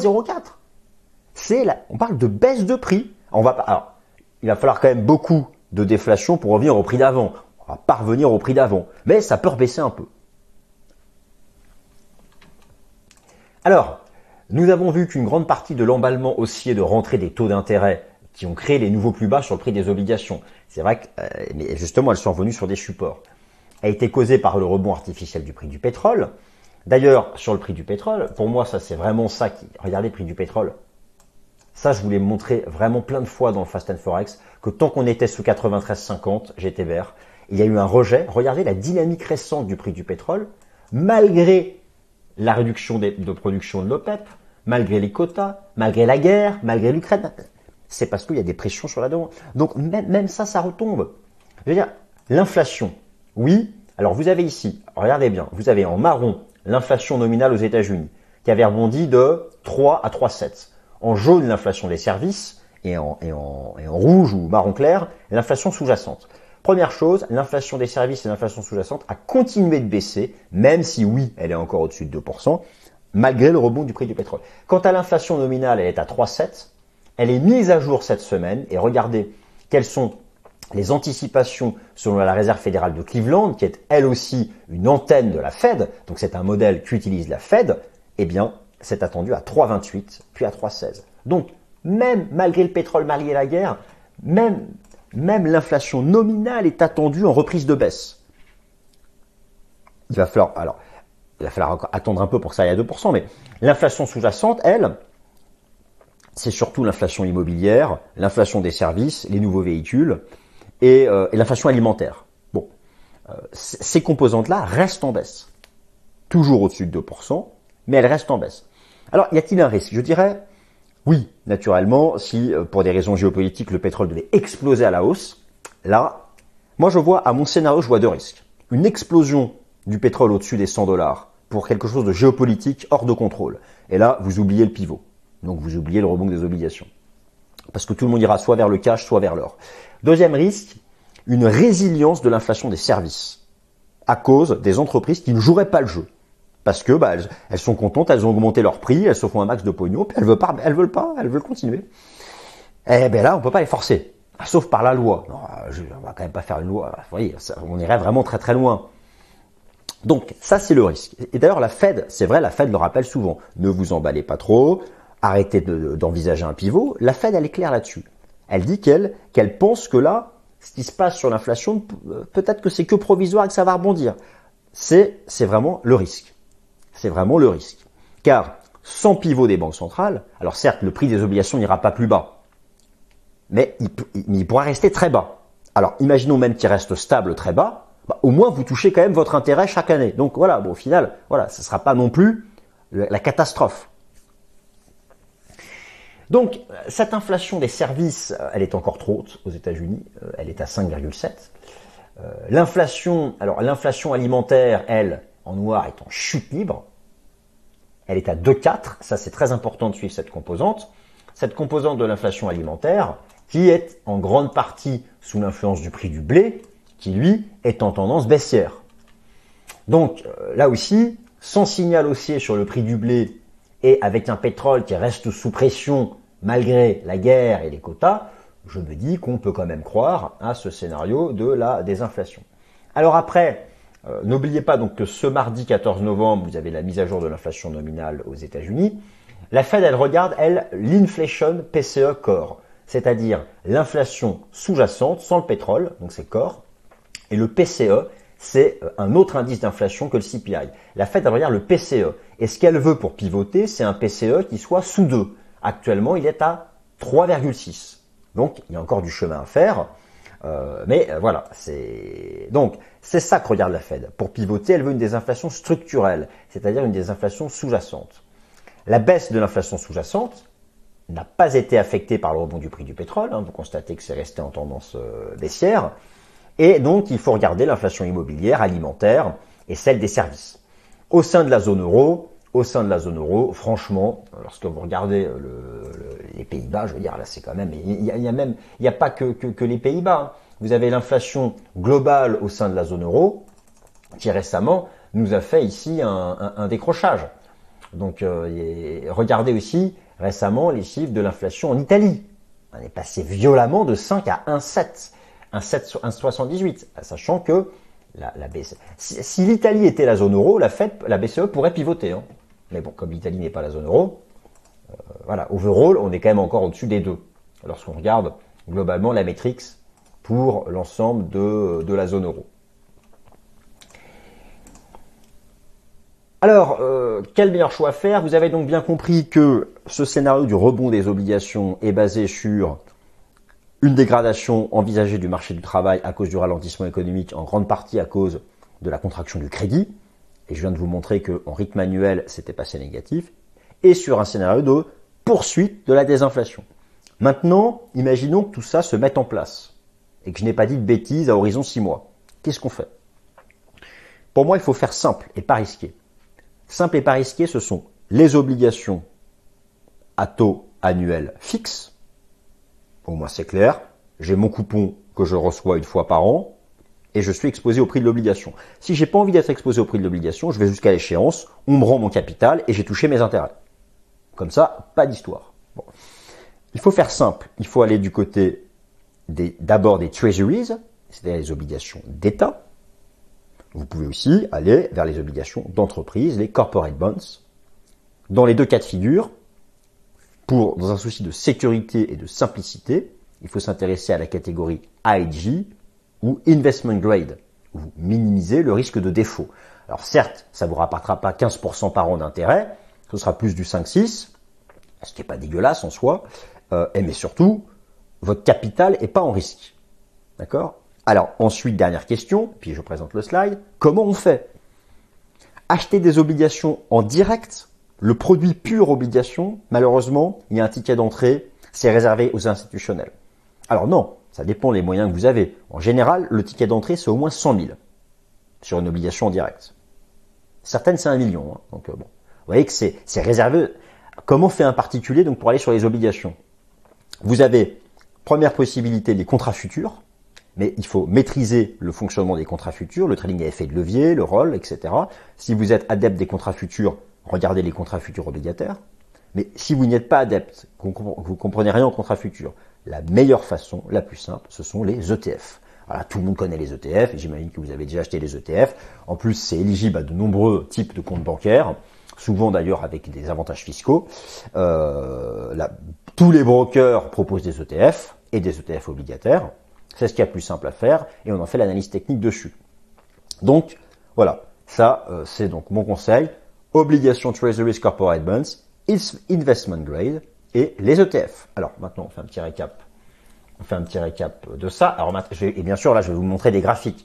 0,4. On parle de baisse de prix. Alors, il va falloir quand même beaucoup de déflation pour revenir au prix d'avant. On va pas revenir au prix d'avant. Mais ça peut rebaisser un peu. Alors, nous avons vu qu'une grande partie de l'emballement haussier de rentrée des taux d'intérêt qui ont créé les nouveaux plus bas sur le prix des obligations, c'est vrai que, mais justement, elles sont revenues sur des supports, a été causée par le rebond artificiel du prix du pétrole. D'ailleurs, sur le prix du pétrole, pour moi, ça c'est vraiment ça qui... Regardez le prix du pétrole. Ça, je voulais montrer vraiment plein de fois dans le Fast and Forex que tant qu'on était sous 93,50, j'étais vert. Il y a eu un rejet. Regardez la dynamique récente du prix du pétrole, malgré la réduction de production de l'OPEP, malgré les quotas, malgré la guerre, malgré l'Ukraine. C'est parce qu'il y a des pressions sur la demande. Donc même ça retombe. Je veux dire, l'inflation, oui. Alors vous avez ici, regardez bien, vous avez en marron l'inflation nominale aux États-Unis qui avait rebondi de 3 à 3,7. En jaune, l'inflation des services et en rouge ou marron clair, l'inflation sous-jacente. Première chose, l'inflation des services et l'inflation sous-jacente a continué de baisser, même si oui, elle est encore au-dessus de 2%, malgré le rebond du prix du pétrole. Quant à l'inflation nominale, elle est à 3,7. Elle est mise à jour cette semaine et regardez quelles sont les anticipations selon la Réserve fédérale de Cleveland, qui est elle aussi une antenne de la Fed, donc c'est un modèle qu'utilise la Fed, eh bien c'est attendu à 3,28 puis à 3,16. Donc même malgré le pétrole, malgré la guerre, même l'inflation nominale est attendue en reprise de baisse. Il va falloir encore attendre un peu pour que ça aille à 2%, mais l'inflation sous-jacente, elle, c'est surtout l'inflation immobilière, l'inflation des services, les nouveaux véhicules et l'inflation alimentaire. Bon, ces composantes-là restent en baisse. Toujours au-dessus de 2%, mais elles restent en baisse. Alors, y a-t-il un risque? Je dirais, oui, naturellement, si pour des raisons géopolitiques, le pétrole devait exploser à la hausse, là, moi je vois, à mon scénario, je vois deux risques. Une explosion du pétrole au-dessus des $100 pour quelque chose de géopolitique hors de contrôle. Et là, vous oubliez le pivot. Donc vous oubliez le rebond des obligations. Parce que tout le monde ira soit vers le cash, soit vers l'or. Deuxième risque, une résilience de l'inflation des services. À cause des entreprises qui ne joueraient pas le jeu. Parce que elles sont contentes, elles ont augmenté leur prix, elles se font un max de pognon, puis elles veulent continuer. Eh bien là, on peut pas les forcer. Sauf par la loi. Non, on va quand même pas faire une loi. Vous voyez, on irait vraiment très très loin. Donc ça c'est le risque. Et d'ailleurs la Fed, c'est vrai, la Fed le rappelle souvent. Ne vous emballez pas trop. Arrêtez d'envisager un pivot. La Fed, elle est claire là-dessus. Elle dit qu'elle pense que là, ce qui se passe sur l'inflation, peut-être que c'est que provisoire et que ça va rebondir. C'est vraiment le risque. C'est vraiment le risque. Car sans pivot des banques centrales, alors certes, le prix des obligations n'ira pas plus bas, mais il pourra rester très bas. Alors, imaginons même qu'il reste stable très bas, au moins vous touchez quand même votre intérêt chaque année. Donc voilà, bon, au final, voilà, ce ne sera pas non plus la catastrophe. Donc, cette inflation des services, elle est encore trop haute aux États-Unis, elle est à 5,7. L'inflation alimentaire, elle, en noir, est en chute libre. Elle est à 2,4. Ça, c'est très important de suivre cette composante. Cette composante de l'inflation alimentaire, qui est en grande partie sous l'influence du prix du blé, qui lui est en tendance baissière. Donc là aussi, sans signal haussier sur le prix du blé et avec un pétrole qui reste sous pression malgré la guerre et les quotas, je me dis qu'on peut quand même croire à ce scénario de la désinflation. Alors après, n'oubliez pas donc que ce mardi 14 novembre, vous avez la mise à jour de l'inflation nominale aux États-Unis. La Fed, elle regarde, elle, l'inflation PCE core, c'est-à-dire l'inflation sous-jacente sans le pétrole, donc c'est core, et le PCE, c'est un autre indice d'inflation que le CPI. La Fed, elle regarde le PCE, et ce qu'elle veut pour pivoter, c'est un PCE qui soit sous 2. Actuellement, il est à 3,6. Donc, il y a encore du chemin à faire, mais voilà, c'est ça que regarde la Fed. Pour pivoter, elle veut une désinflation structurelle, c'est-à-dire une désinflation sous-jacente. La baisse de l'inflation sous-jacente n'a pas été affectée par le rebond du prix du pétrole. Vous constatez que c'est resté en tendance baissière. Et donc, il faut regarder l'inflation immobilière, alimentaire et celle des services. Au sein de la zone euro, franchement, lorsque vous regardez les Pays-Bas, je veux dire, là, c'est quand même, il y a pas que les Pays-Bas. Vous avez l'inflation globale au sein de la zone euro, qui récemment nous a fait ici un décrochage. Donc, regardez aussi récemment les chiffres de l'inflation en Italie. On est passé violemment de 5 à 1,7, 1,78, sachant que la BCE. Si l'Italie était la zone euro, la BCE pourrait pivoter. Mais bon, comme l'Italie n'est pas la zone euro, voilà, overall, on est quand même encore au-dessus des deux. Lorsqu'on regarde globalement la matrix pour l'ensemble de la zone euro. Alors, quel meilleur choix à faire? Vous avez donc bien compris que ce scénario du rebond des obligations est basé sur une dégradation envisagée du marché du travail à cause du ralentissement économique, en grande partie à cause de la contraction du crédit. Et je viens de vous montrer qu'en rythme annuel, c'était passé négatif. Et sur un scénario de poursuite de la désinflation. Maintenant, imaginons que tout ça se mette en place et que je n'ai pas dit de bêtises à horizon 6 mois. Qu'est-ce qu'on fait? Pour moi, il faut faire simple et pas risqué. Simple et pas risqué, ce sont les obligations à taux annuel fixe. Au moins, c'est clair. J'ai mon coupon que je reçois une fois par an et je suis exposé au prix de l'obligation. Si j'ai pas envie d'être exposé au prix de l'obligation, je vais jusqu'à l'échéance, on me rend mon capital et j'ai touché mes intérêts. Comme ça, pas d'histoire. Bon. Il faut faire simple. Il faut aller du côté d'abord des treasuries, c'est-à-dire les obligations d'État. Vous pouvez aussi aller vers les obligations d'entreprise, les corporate bonds. Dans les deux cas de figure, dans un souci de sécurité et de simplicité, il faut s'intéresser à la catégorie IG ou investment grade, où vous minimisez le risque de défaut. Alors certes, ça ne vous rapportera pas 15% par an d'intérêt, ce sera plus du 5-6, ce qui n'est pas dégueulasse en soi, mais surtout, votre capital n'est pas en risque. D'accord? Alors ensuite, dernière question, puis je présente le slide, comment on fait? Acheter des obligations en direct, le produit pur obligation, malheureusement, il y a un ticket d'entrée, c'est réservé aux institutionnels. Alors non, ça dépend des moyens que vous avez. En général, le ticket d'entrée, c'est au moins 100 000 sur une obligation en direct. Certaines, c'est 1 million. Donc bon, vous voyez que c'est réservé. Comment fait un particulier donc pour aller sur les obligations? Vous avez, première possibilité, les contrats futurs, mais il faut maîtriser le fonctionnement des contrats futurs, le trading à effet de levier, le roll, etc. Si vous êtes adepte des contrats futurs, regardez les contrats futurs obligataires. Mais si vous n'y êtes pas adepte, vous comprenez rien aux contrats futurs, la meilleure façon, la plus simple, ce sont les ETF. Voilà, tout le monde connaît les ETF, et j'imagine que vous avez déjà acheté les ETF. En plus, c'est éligible à de nombreux types de comptes bancaires, souvent d'ailleurs avec des avantages fiscaux. Tous les brokers proposent des ETF et des ETF obligataires. C'est ce qu'il y a de plus simple à faire, et on en fait l'analyse technique dessus. Donc, voilà, ça, c'est donc mon conseil. Obligations Treasuries Corporate Bonds, investment grade et les ETF. Alors maintenant, on fait un petit récap. On fait un petit récap de ça. Alors, et bien sûr, là, je vais vous montrer des graphiques.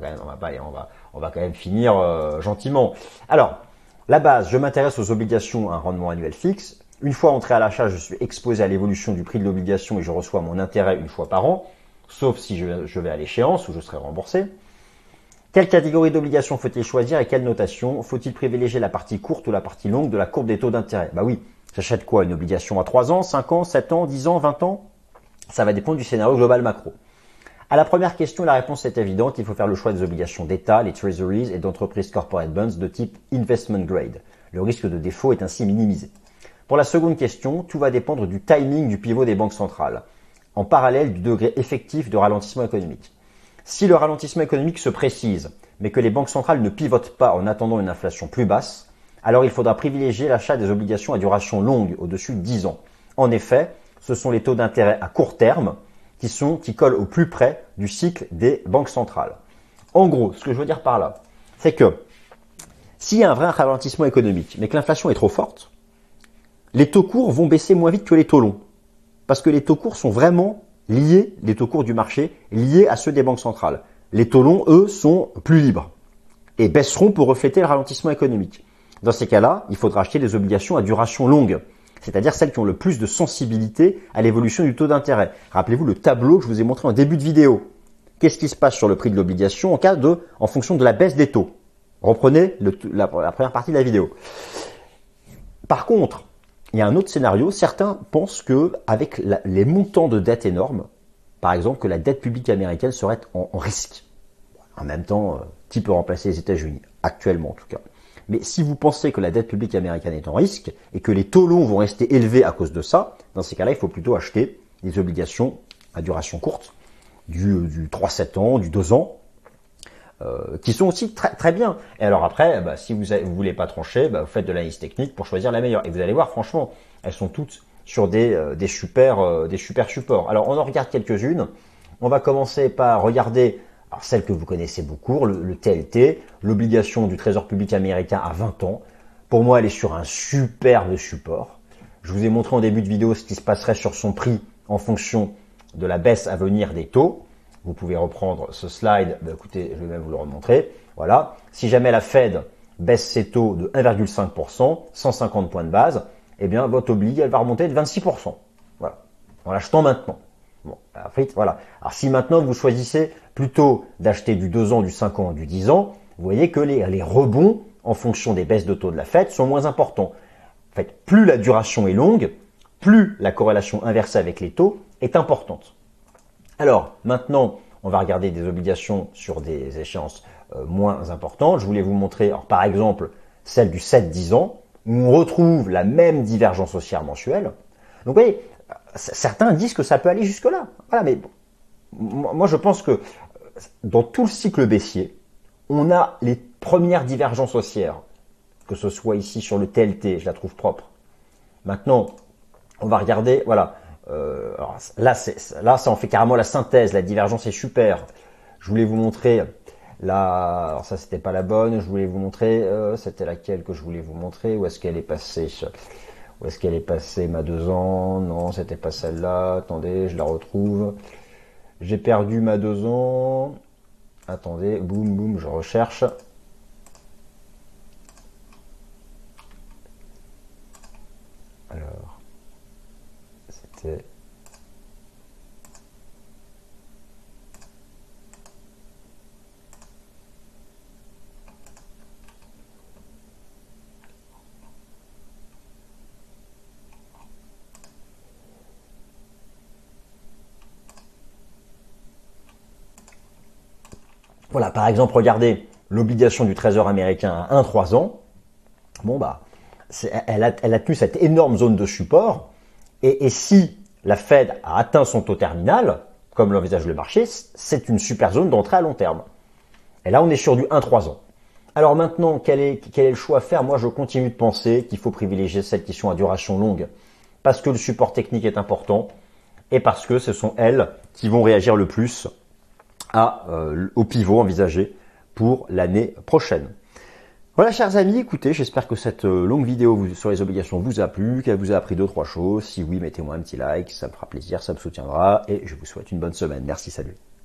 On va quand même finir gentiment. Alors, la base, je m'intéresse aux obligations à un rendement annuel fixe. Une fois entré à l'achat, je suis exposé à l'évolution du prix de l'obligation et je reçois mon intérêt une fois par an, sauf si je vais à l'échéance où je serai remboursé. Quelle catégorie d'obligations faut-il choisir et quelle notation? Faut-il privilégier la partie courte ou la partie longue de la courbe des taux d'intérêt? Bah oui, j'achète quoi? Une obligation à 3 ans, 5 ans, 7 ans, 10 ans, 20 ans? Ça va dépendre du scénario global macro. À la première question, la réponse est évidente. Il faut faire le choix des obligations d'État, les treasuries et d'entreprises corporate bonds de type investment grade. Le risque de défaut est ainsi minimisé. Pour la seconde question, tout va dépendre du timing du pivot des banques centrales, en parallèle du degré effectif de ralentissement économique. Si le ralentissement économique se précise, mais que les banques centrales ne pivotent pas en attendant une inflation plus basse, alors il faudra privilégier l'achat des obligations à duration longue, au-dessus de 10 ans. En effet, ce sont les taux d'intérêt à court terme qui collent au plus près du cycle des banques centrales. En gros, ce que je veux dire par là, c'est que s'il y a un vrai ralentissement économique, mais que l'inflation est trop forte, les taux courts vont baisser moins vite que les taux longs. Parce que les taux courts sont vraiment liés, les taux courts du marché, liés à ceux des banques centrales. Les taux longs, eux, sont plus libres et baisseront pour refléter le ralentissement économique. Dans ces cas-là, il faudra acheter des obligations à duration longue, c'est-à-dire celles qui ont le plus de sensibilité à l'évolution du taux d'intérêt. Rappelez-vous le tableau que je vous ai montré en début de vidéo. Qu'est-ce qui se passe sur le prix de l'obligation en fonction de la baisse des taux? Reprenez la première partie de la vidéo. Par contre, il y a un autre scénario. Certains pensent que avec les montants de dette énormes, par exemple, que la dette publique américaine serait en risque. En même temps, qui peut remplacer les États-Unis, actuellement en tout cas. Mais si vous pensez que la dette publique américaine est en risque et que les taux longs vont rester élevés à cause de ça, dans ces cas-là, il faut plutôt acheter des obligations à duration courte, du 3-7 ans, du 2 ans, qui sont aussi très, très bien. Et alors après, si vous voulez pas trancher, vous faites de l'analyse technique pour choisir la meilleure. Et vous allez voir, franchement, elles sont toutes sur des super supports. Alors, on en regarde quelques-unes. On va commencer par regarder celle que vous connaissez beaucoup, le TLT, l'obligation du Trésor public américain à 20 ans. Pour moi, elle est sur un superbe support. Je vous ai montré en début de vidéo ce qui se passerait sur son prix en fonction de la baisse à venir des taux. Vous pouvez reprendre ce slide. Écoutez, je vais même vous le remontrer. Voilà. Si jamais la Fed baisse ses taux de 1,5%, 150 points de base, eh bien, votre oblig, elle va remonter de 26%. Voilà. En l'achetant maintenant. Bon, après, voilà. Alors, si maintenant vous choisissez plutôt d'acheter du 2 ans, du 5 ans, du 10 ans, vous voyez que les rebonds en fonction des baisses de taux de la Fed sont moins importants. En fait, plus la duration est longue, plus la corrélation inversée avec les taux est importante. Alors, maintenant, on va regarder des obligations sur des échéances moins importantes. Je voulais vous montrer, alors, par exemple, celle du 7-10 ans, où on retrouve la même divergence haussière mensuelle. Donc, vous voyez, certains disent que ça peut aller jusque-là. Voilà, mais moi, je pense que dans tout le cycle baissier, on a les premières divergences haussières, que ce soit ici sur le TLT, je la trouve propre. Maintenant, on va regarder, voilà. Alors là, ça en fait carrément la synthèse. La divergence est super. Je voulais vous montrer alors ça, c'était pas la bonne. Je voulais vous montrer, c'était laquelle que je voulais vous montrer? Où est-ce qu'elle est passée? Où est-ce qu'elle est passée, ma 2 ans? Non, c'était pas celle-là. Attendez, je la retrouve. J'ai perdu ma 2 ans. Attendez, boum, boum, je recherche. Alors, c'était... Voilà, par exemple, regardez l'obligation du Trésor américain à 1-3 ans. Bon, elle a tenu cette énorme zone de support. Et si la Fed a atteint son taux terminal, comme l'envisage le marché, c'est une super zone d'entrée à long terme. Et là, on est sur du 1-3 ans. Alors maintenant, quel est le choix à faire? Moi, je continue de penser qu'il faut privilégier celles qui sont à duration longue, parce que le support technique est important et parce que ce sont elles qui vont réagir le plus au pivot envisagé pour l'année prochaine. Voilà, chers amis, écoutez, j'espère que cette longue vidéo sur les obligations vous a plu, qu'elle vous a appris 2-3 choses. Si oui, mettez-moi un petit like, ça me fera plaisir, ça me soutiendra et je vous souhaite une bonne semaine. Merci, salut.